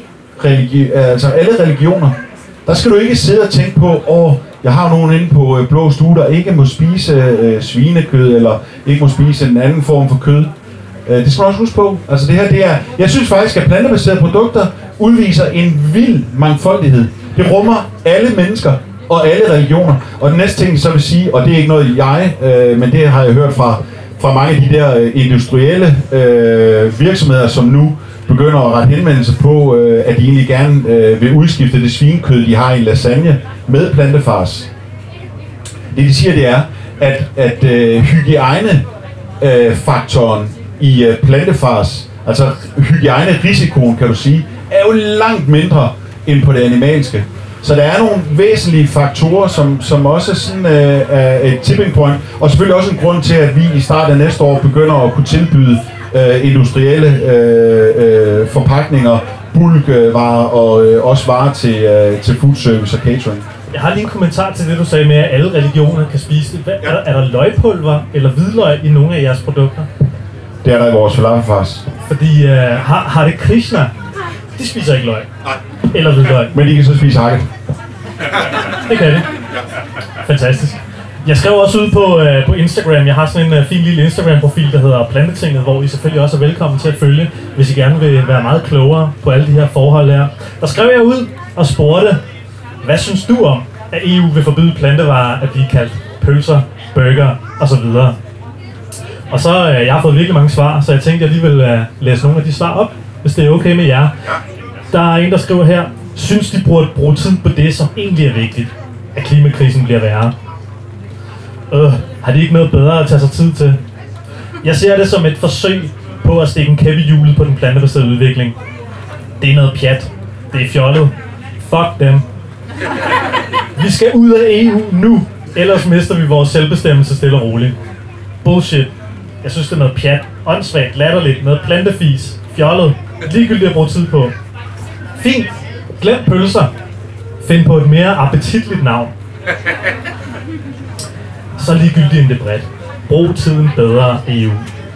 religioner. Der skal du ikke sidde og tænke på, jeg har nogen inde på Blå Stue, der ikke må spise svinekød, eller ikke må spise en anden form for kød. Det skal man også huske på. Altså det her, jeg synes faktisk, at plantebaserede produkter udviser en vild mangfoldighed. Det rummer alle mennesker og alle religioner. Og den næste ting, så vil sige, og det er ikke noget men det har jeg hørt fra mange af de der industrielle virksomheder, som nu begynder at rette henvendelse på, at de egentlig gerne vil udskifte det svinekød, de har i en lasagne, med plantefars. Det de siger, det er, at hygiejnefaktoren i plantefars, altså hygiejnerisikoen, kan du sige, er jo langt mindre end på det animalske. Så der er nogle væsentlige faktorer, som også sådan, er et tipping point, og selvfølgelig også en grund til, at vi i starten af næste år begynder at kunne tilbyde industrielle forpakninger, bulkvarer og også varer til food service og catering. Jeg har lige en kommentar til det, du sagde med, at alle religioner kan spise det. Er der løgpulver eller hvidløg i nogle af jeres produkter? Det er der i vores falafelfars. Fordi har det Krishna, de spiser ikke løg. Nej. Eller hvidløg. Men de kan så spise hakket. Det kan det. Fantastisk. Jeg skrev også ud på Instagram, jeg har sådan en fin lille Instagram-profil, der hedder Plantetinget, hvor I selvfølgelig også er velkommen til at følge, hvis I gerne vil være meget klogere på alle de her forhold her. Der skrev jeg ud og spurgte, hvad synes du om, at EU vil forbyde plantevarer at blive kaldt pølser, burger osv.? Og så jeg har fået virkelig mange svar, så jeg tænkte, at jeg lige vil læse nogle af de svar op, hvis det er okay med jer. Der er en, der skriver her, synes de burde bruge tid på det, som egentlig er vigtigt, at klimakrisen bliver værre. Har de ikke noget bedre at tage sig tid til? Jeg ser det som et forsøg på at stikke en kæppe i hjulet på den plantebaserede udvikling. Det er noget pjat. Det er fjollet. Fuck dem. Vi skal ud af EU nu, ellers mister vi vores selvbestemmelse stille og roligt. Bullshit. Jeg synes, det er noget pjat. Åndssvagt, latterligt, noget plantefis. Fjollet. Ligegyldigt at bruge tid på. Fint. Glem pølser. Find på et mere appetitligt navn. Så ligegyldigt end det bredt. Brug tiden bedre, EU.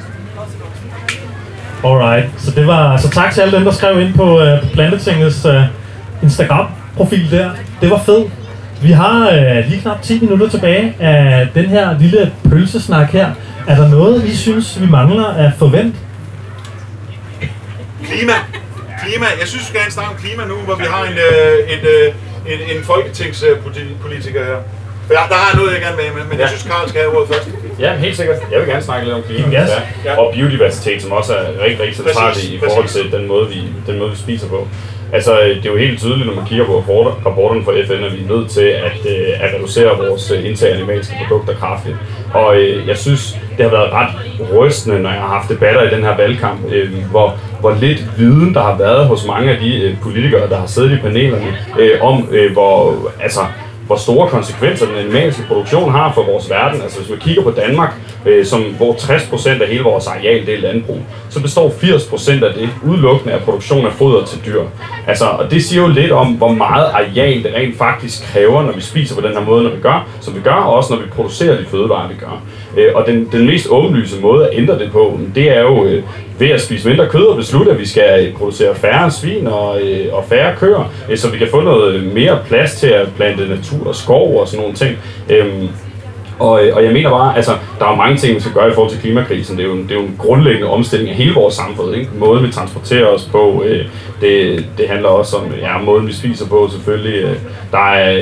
Alright. Så tak til alle dem, der skrev ind på Plantetingets Instagram-profil der. Det var fedt. Vi har lige knap 10 minutter tilbage af den her lille pølsesnak her. Er der noget, I synes, vi mangler at forvente? Klima. Jeg synes, vi skal have en snak om klima nu, hvor vi har en folketingspolitiker her. Ja, der har jeg noget, jeg gerne vil med, men jeg synes, Karl skal have ordet først. Ja, helt sikkert. Jeg vil gerne snakke lidt om klima. Yes. Og biodiversitet, som også er rigtig centralt i forhold til den måde, vi spiser på. Altså, det er jo helt tydeligt, når man kigger på rapporterne fra FN, at vi er nødt til at reducere vores indtag af animalske produkter kraftigt. Og jeg synes, det har været ret rystende, når jeg har haft debatter i den her valgkamp, hvor lidt viden der har været hos mange af de politikere, der har siddet i panelerne, om hvor store konsekvenser den animalske produktion har for vores verden. Altså hvis man kigger på Danmark, hvor 60% af hele vores areal det er landbrug, så består 80% af det udelukkende af produktion af foder til dyr. Altså, og det siger jo lidt om, hvor meget areal det rent faktisk kræver, når vi spiser på den her måde, som vi gør, og også når vi producerer de fødevarer, vi gør. Og den mest åbenlyse måde at ændre det på, det er jo ved at spise mindre kød og beslutte, at vi skal producere færre svin og færre køer, så vi kan få noget mere plads til at plante natur og skov og sådan nogle ting. Og jeg mener bare, altså, der er jo mange ting, vi skal gøre i forhold til klimakrisen. Det er jo en grundlæggende omstilling af hele vores samfund, ikke? Måden vi transporterer os på, det handler også om måden vi spiser på selvfølgelig. Der er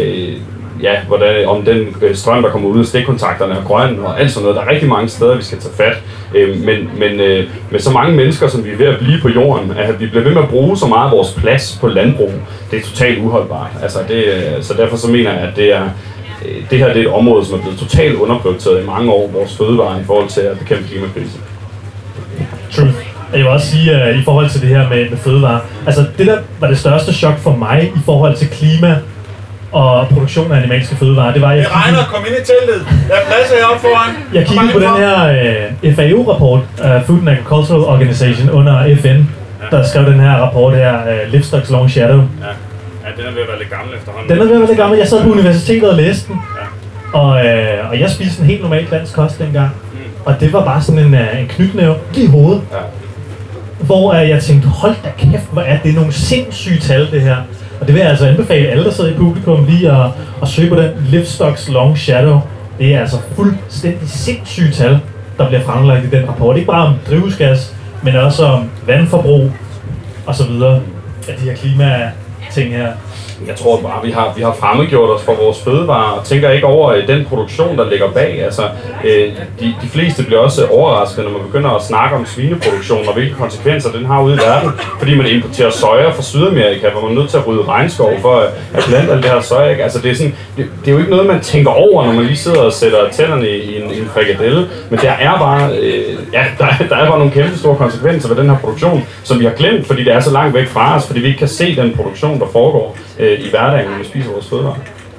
om den strøm, der kommer ud af stikkontakterne er grøn og alt sådan noget. Der er rigtig mange steder, vi skal tage fat. Men med så mange mennesker, som vi er ved at blive på jorden, at vi bliver ved med at bruge så meget af vores plads på landbrug, det er totalt uholdbart. Altså så derfor så mener jeg, at det her det er et område, som er blevet totalt underprioriteret i mange år, vores fødevarer, i forhold til at bekæmpe klimakrisen. True. Jeg vil også sige, i forhold til det her med fødevarer, altså det der var det største chok for mig i forhold til klima og produktion af animalske fødevarer, det var, Det regner, kom ind i teltet. Der er plads heroppe foran. Jeg kiggede på den her FAO-rapport, Food and Agricultural Organization under FN, der skrev den her rapport her, Livestock's Long Shadow. Ja, den er ved at være lidt gammel efterhånden. Den er ved at være lidt gammel. Jeg sad på universitetet og læste den. Ja. Og jeg spiste en helt normal dansk kost dengang. Og det var bare sådan en knytnæve lige i hovedet. Ja. Hvor jeg tænkte, hold da kæft, hvor er det nogle sindssyge tal, det her. Og det vil jeg altså anbefale alle, der sidder i publikum, lige at søge på den Livestock's Long Shadow. Det er altså fuldstændig sindssyge tal, der bliver fremlagt i den rapport. Ikke bare om drivhusgas, men også om vandforbrug og så videre af de her klimating her. Jeg tror bare, vi har fremmedgjort os for vores fødevarer og tænker ikke over den produktion, der ligger bag. Altså, de fleste bliver også overrasket, når man begynder at snakke om svineproduktion og hvilke konsekvenser den har ude i verden. Fordi man importerer soja fra Sydamerika, hvor man er nødt til at rydde regnskov for at plante alt det her soja. Altså, det er jo ikke noget, man tænker over, når man lige sidder og sætter tænderne i en frikadelle. Men der er bare, der er bare nogle kæmpe store konsekvenser ved den her produktion, som vi har glemt, fordi det er så langt væk fra os, fordi vi ikke kan se den produktion, der foregår i hverdagen, når vi spiser vores fødevarer.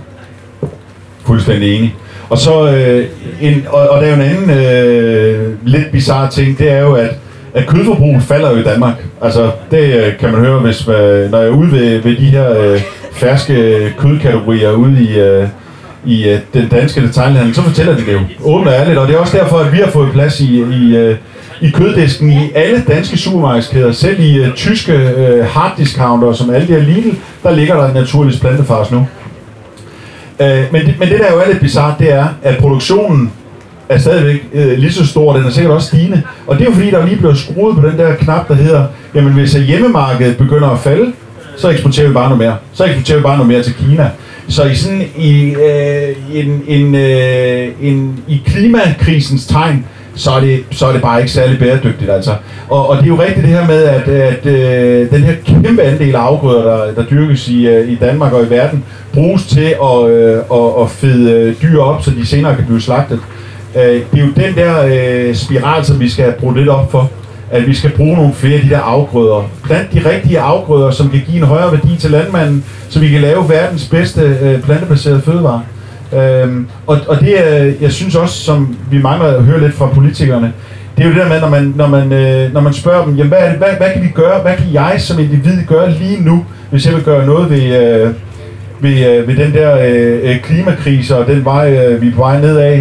Fuldstændig enig. Og så og der er jo en anden lidt bizarre ting, det er jo, at kødforbruget falder jo i Danmark. Altså, det kan man høre, når jeg er ude ved de her ferske kødkategorier ude i den danske detailhandel, så fortæller de det jo åbent og ærligt, og det er også derfor, at vi har fået plads i køddisken i alle danske supermarkedskæder, selv i tyske harddiscounter som Aldi og Lidl, der ligger der naturligvis plantefars nu. Men det der jo er lidt bizarrt, det er, at produktionen er stadigvæk lige så stor, den er sikkert også stigende. Og det er jo fordi, der lige bliver skruet på den der knap, der hedder, jamen hvis hjemmemarkedet begynder at falde, så eksporterer vi bare noget mere. Så eksporterer vi bare noget mere til Kina. Så i sådan i klimakrisens tegn, så er det bare ikke særlig bæredygtigt, altså. Og det er jo rigtigt det her med, at den her kæmpe andel af afgrøder, der dyrkes i Danmark og i verden, bruges til at fede dyr op, så de senere kan blive slagtet. Det er jo den der spiral, som vi skal have brugt lidt op for, at vi skal bruge nogle flere af de der afgrøder. Blandt de rigtige afgrøder, som kan give en højere værdi til landmanden, så vi kan lave verdens bedste plantebaserede fødevarer. Og det jeg synes også, som vi mangler at høre lidt fra politikerne, det er jo det der med, når man spørger dem, jamen, hvad kan vi gøre, hvad kan jeg som individ gøre lige nu, hvis jeg vil gøre noget ved den der klimakrise og den vej, vi er på vej nedad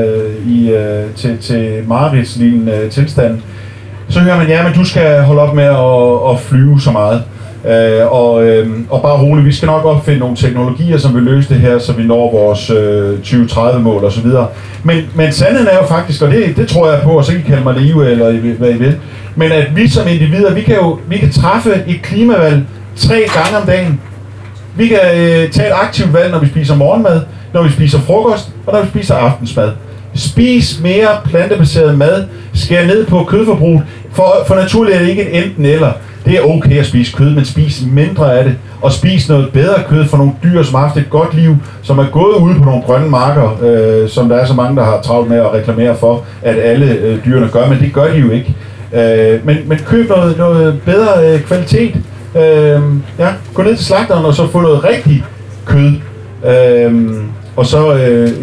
til mareridtslignende tilstand. Så hører man, ja, men du skal holde op med at flyve så meget. Og bare roligt, vi skal nok opfinde nogle teknologier, som vil løse det her, så vi når vores 2030-mål osv. Men sandheden er jo faktisk, og det tror jeg på, og så kan I kalde mig naiv eller hvad I vil, men at vi som individer, vi kan træffe et klimavalg 3 gange om dagen. Vi kan tage et aktivt valg, når vi spiser morgenmad, når vi spiser frokost, og når vi spiser aftensmad. Spis mere plantebaseret mad, skær ned på kødforbrug, for naturligt er det ikke et enten eller. Det er okay at spise kød, men spis mindre af det, og spis noget bedre kød for nogle dyr, som har haft et godt liv, som er gået ude på nogle grønne marker, som der er så mange, der har travlt med at reklamere for, at alle dyrene gør, men det gør de jo ikke. Men køb noget bedre kvalitet. Gå ned til slagteren og så få noget rigtig kød. Og så,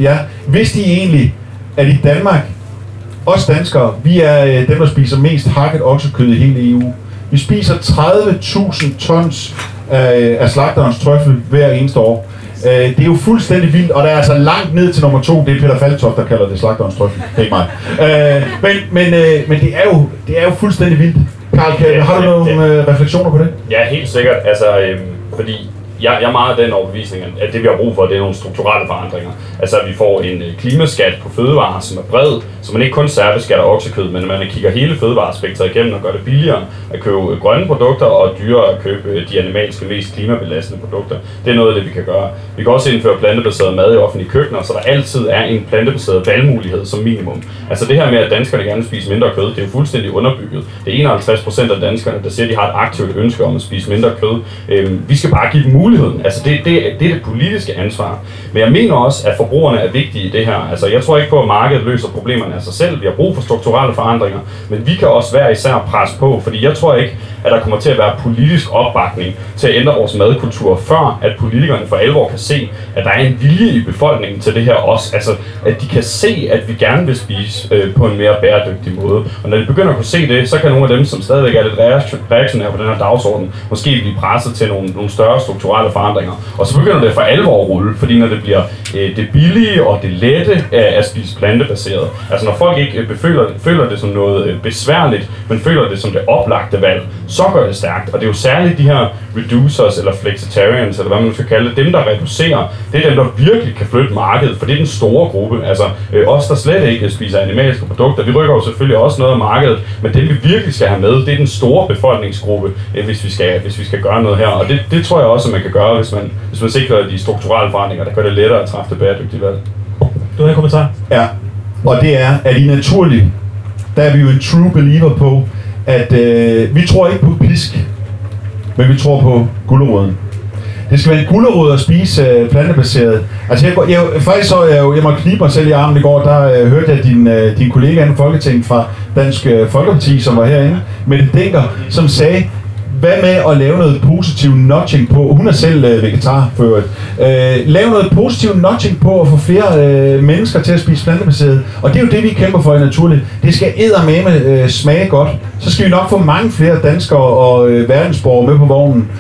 vidste I egentlig, at i Danmark, os danskere, vi er dem, der spiser mest hakket oksekød i hele EU. Vi spiser 30.000 tons af slagterens trøffel hver eneste år. Det er jo fuldstændig vildt, og der er altså langt ned til nummer 2, det er Peter Falktoft, der kalder det slagterens trøffel. Det er ikke mig. Men det er jo fuldstændig vildt. Karl, har du nogle refleksioner på det? Ja, helt sikkert. Altså, fordi jeg er meget af den overbevisning, at det vi har brug for, det er nogle strukturelle forandringer. Altså at vi får en klimaskat på fødevarer, som er bred, så man ikke kun særbeskatter oksekød, men man kigger hele fødevarespektret igennem og gør det billigere at købe grønne produkter og dyrere at købe de animalske, mest klimabelastende produkter. Det er noget af det, vi kan gøre. Vi kan også indføre plantebaseret mad i offentlige køkkener, så der altid er en plantebaseret valgmulighed som minimum. Altså det her med, at danskerne gerne vil spise mindre kød, det er jo fuldstændig underbygget. Det er 51% af danskerne, der siger, at de har et aktivt ønske om at spise mindre kød. Vi skal bare give dem muligheden. Altså det er det politiske ansvar. Men jeg mener også, at forbrugerne er vigtige i det her. Altså jeg tror ikke på, at markedet løser problemerne af sig selv. Vi har brug for strukturelle forandringer, men vi kan også hver især presse på, fordi jeg tror ikke, at der kommer til at være politisk opbakning til at ændre vores madkultur, før at politikerne for alvor kan se, at der er en vilje i befolkningen til det her også. Altså at de kan se, at vi gerne vil spise på en mere bæredygtig måde. Og når de begynder at kunne se det, så kan nogle af dem, som stadigvæk er lidt reaktionære på den her dagsorden, måske blive presset til nogle større strukturelle forandringer. Og så begynder det for alvor at rulle, fordi når det bliver det billige og det lette at spise plantebaseret, altså når folk ikke føler det som noget besværligt, men føler det som det oplagte valg, så gør det stærkt. Og det er jo særligt de her reducers eller flexitarians, eller hvad man skal kalde det, dem der reducerer, det er dem der virkelig kan flytte markedet, for det er den store gruppe. Altså os der slet ikke spiser animalske produkter, vi rykker jo selvfølgelig også noget af markedet, men det vi virkelig skal have med, det er den store befolkningsgruppe, hvis vi skal gøre noget her. Og det tror jeg også, at man kan gøre, hvis man sikrer de strukturelle forandringer, der gør det lettere at træffe det bæredygtige valg. Du har en kommentar? Ja, og det er, at i naturligt, der er vi jo en true believer på, at vi tror ikke på pisk, men vi tror på guleroden. Det skal være en gulerod at spise plantebaseret. Altså faktisk så jeg må knibe mig selv i armen i går, der hørte jeg din kollega i Folketinget fra Dansk Folkeparti, som var herinde, Mette Dencker, som sagde, hvad med at lave noget positiv nudging på, hun er selv vegetar for øvrigt, lave noget positiv nudging på at få flere mennesker til at spise plantebaseret, og det er jo det vi kæmper for i Naturligt. Det skal eddermame smage godt, så skal vi nok få mange flere danskere og verdensborgere med på vognen,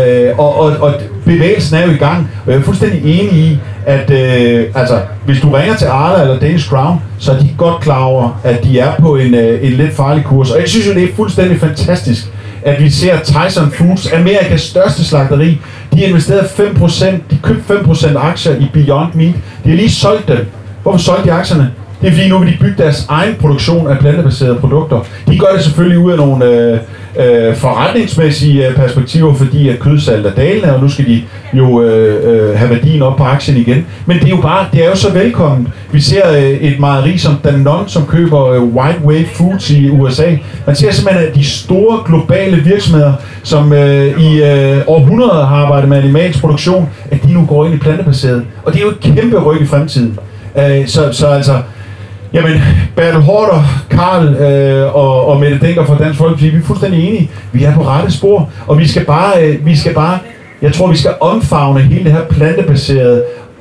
og bevægelsen er jo i gang, og jeg er fuldstændig enig i, at hvis du ringer til Arla eller Danish Crown, så er de godt klar over, at de er på en lidt farlig kurs, og jeg synes jo det er fuldstændig fantastisk, at vi ser Tyson Foods, Amerikas største slagteri, de har investeret 5%, de købte 5% aktier i Beyond Meat. De har lige solgt dem. Hvorfor solgte de aktierne? Det er fordi nu vil de bygge deres egen produktion af plantebaserede produkter. De gør det selvfølgelig ud af nogle forretningsmæssige perspektiver, fordi at kødsalget er dalende, og nu skal de jo have værdien op på aktien igen. Men det er jo så velkomment. Vi ser et mejeri som Danone, som køber White Wave Foods i USA. Man ser simpelthen, at de store globale virksomheder, som i århundreder har arbejdet med animalsk produktion, at de nu går ind i plantebaseret. Og det er jo et kæmpe ryk i fremtiden. Så altså, jamen, Bertel Haarder, Karl og Mette Dencker fra Dansk Folkeparti, vi er fuldstændig enige. Vi er på rette spor, og vi skal bare, jeg tror, vi skal omfavne hele det her plantebaserede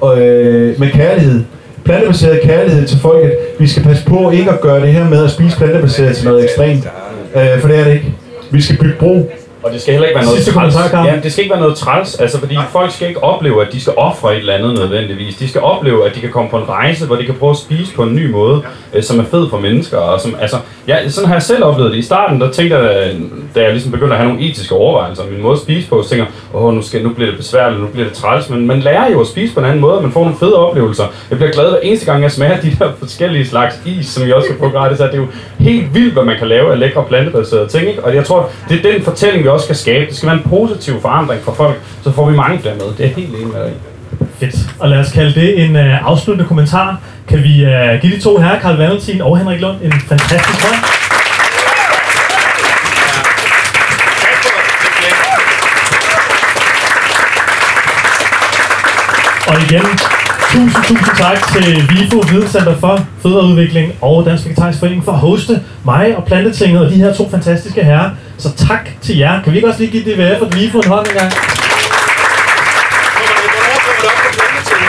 med kærlighed. Plantebaseret kærlighed til folket. Vi skal passe på ikke at gøre det her med at spise plantebaseret til noget ekstremt, for det er det ikke. Vi skal bygge bro. Og det skal heller ikke være noget træls. Ja, det skal ikke være noget træls, altså fordi folk skal ikke opleve, at de skal ofre et eller andet nødvendigvis. De skal opleve, at de kan komme på en rejse, hvor de kan prøve at spise på en ny måde, som er fed for mennesker. Og som, altså, sådan har jeg selv oplevet det. I starten, der tænkte jeg, da jeg ligesom begyndte at have nogle etiske overvejelser om min måde at spise på, så tænker jeg, nu bliver det besværligt, nu bliver det træls. Men man lærer jo at spise på en anden måde, og man får nogle fede oplevelser. Jeg bliver glad hver eneste gang, jeg smager de der forskellige slags is, som jeg også kan få gratis. Det er jo helt vildt, hvad man kan lave af lækre plantebaserede ting, ikke? Og jeg tror, det er den fortælling, vi også skal skabe. Det skal være en positiv forandring for folk, så får vi mange flere med. Det er helt enig med dig i. Fedt. Og lad os kalde det en afsluttende kommentar. Kan vi give de to herrer, Carl Valentin og Henrik Lund, en fantastisk hånd? Og igen, tusind tak til VIFO, Videnscenter for Fødevareudvikling og Dansk Vegetarisk Forening for at hoste mig og Plantetinget og de her to fantastiske herrer. Så tak til jer. Kan vi ikke også lige give DVF og VIFO en hånd engang?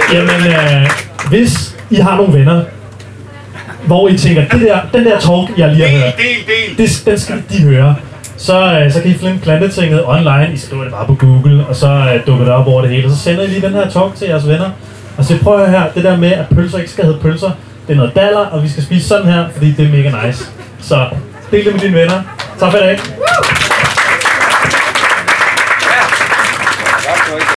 Jamen, hvis I har nogle venner, hvor I tænker, den der talk, jeg lige har hørt, den skal de høre. Så kan I finde Plantetinget online, I skriver det bare på Google, og så dukker det op over det hele. Og så sender I lige den her talk til jeres venner. Og så prøv at høre her, det der med, at pølser ikke skal hedde pølser, det er noget daller, og vi skal spise sådan her, fordi det er mega nice. Så del det med dine venner. Tak for i dag.